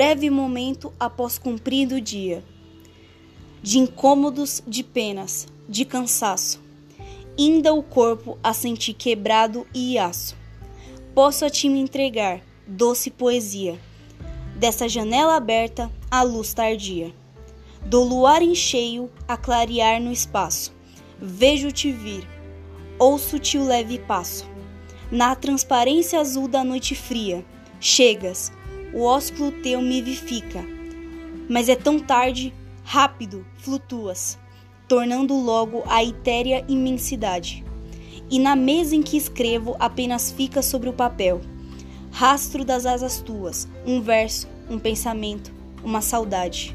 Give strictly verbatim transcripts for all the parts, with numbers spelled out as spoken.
breve momento após cumprido o dia, de incômodos, de penas, de cansaço, inda o corpo a sentir quebrado e aço. Posso a ti me entregar, doce poesia, dessa janela aberta à luz tardia, do luar em cheio a clarear no espaço. Vejo-te vir, ouço-te o leve passo, na transparência azul da noite fria. Chegas, o ósculo teu me vivifica, mas é tão tarde, rápido, flutuas, tornando logo a etérea imensidade. E na mesa em que escrevo apenas fica sobre o papel, rastro das asas tuas, um verso, um pensamento, uma saudade.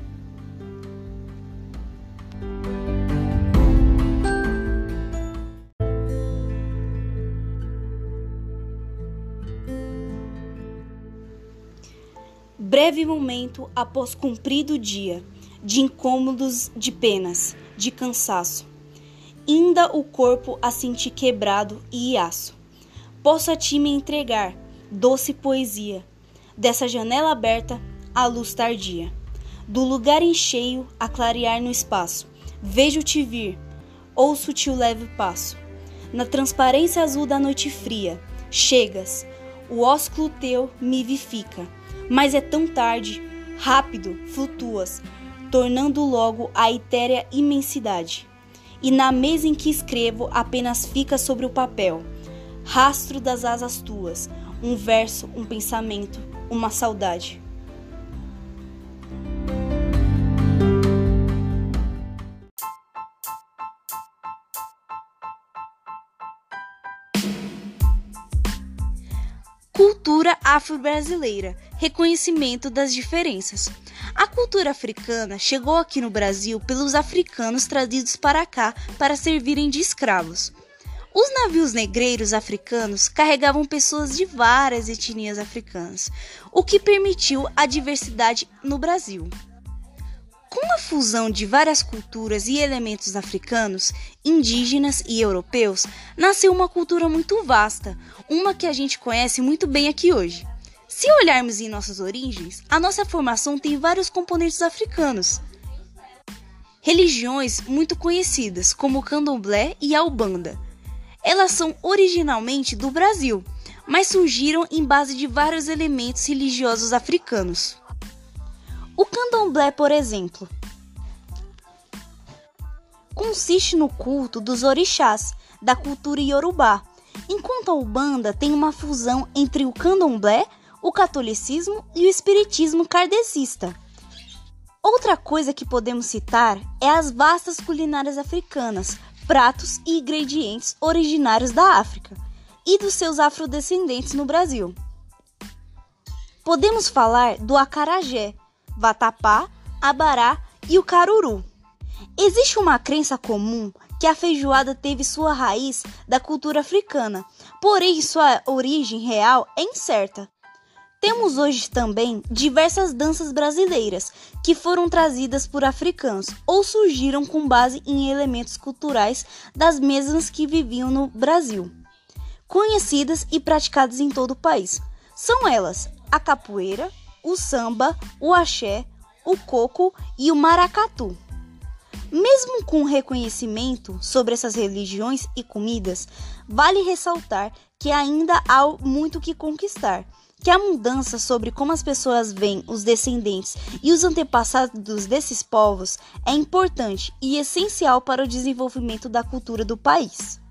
Breve momento após cumprido o dia, de incômodos, de penas, de cansaço, inda o corpo a sentir quebrado e aço. Posso a ti me entregar, doce poesia, dessa janela aberta à luz tardia, do lugar em cheio a clarear no espaço. Vejo-te vir, ouço-te o leve passo, na transparência azul da noite fria. Chegas, o ósculo teu me vivifica, mas é tão tarde, rápido, flutuas, tornando logo a etérea imensidade. E na mesa em que escrevo apenas fica sobre o papel, rastro das asas tuas, um verso, um pensamento, uma saudade. Cultura afro-brasileira, reconhecimento das diferenças. A cultura africana chegou aqui no Brasil pelos africanos trazidos para cá para servirem de escravos. Os navios negreiros africanos carregavam pessoas de várias etnias africanas, o que permitiu a diversidade no Brasil. Com a fusão de várias culturas e elementos africanos, indígenas e europeus, nasceu uma cultura muito vasta, uma que a gente conhece muito bem aqui hoje. Se olharmos em nossas origens, a nossa formação tem vários componentes africanos. Religiões muito conhecidas, como o Candomblé e a Umbanda. Elas são originalmente do Brasil, mas surgiram em base de vários elementos religiosos africanos. O Candomblé, por exemplo, consiste no culto dos orixás da cultura iorubá, enquanto a Umbanda tem uma fusão entre o Candomblé, o catolicismo e o espiritismo kardecista. Outra coisa que podemos citar é as vastas culinárias africanas, pratos e ingredientes originários da África e dos seus afrodescendentes no Brasil. Podemos falar do acarajé, vatapá, abará e o caruru. Existe uma crença comum que a feijoada teve sua raiz da cultura africana, porém sua origem real é incerta. Temos hoje também diversas danças brasileiras que foram trazidas por africanos ou surgiram com base em elementos culturais das mesmas que viviam no Brasil, conhecidas e praticadas em todo o país. São elas a capoeira, o samba, o axé, o coco e o maracatu. Mesmo com o reconhecimento sobre essas religiões e comidas, vale ressaltar que ainda há muito que conquistar, que a mudança sobre como as pessoas veem os descendentes e os antepassados desses povos é importante e essencial para o desenvolvimento da cultura do país.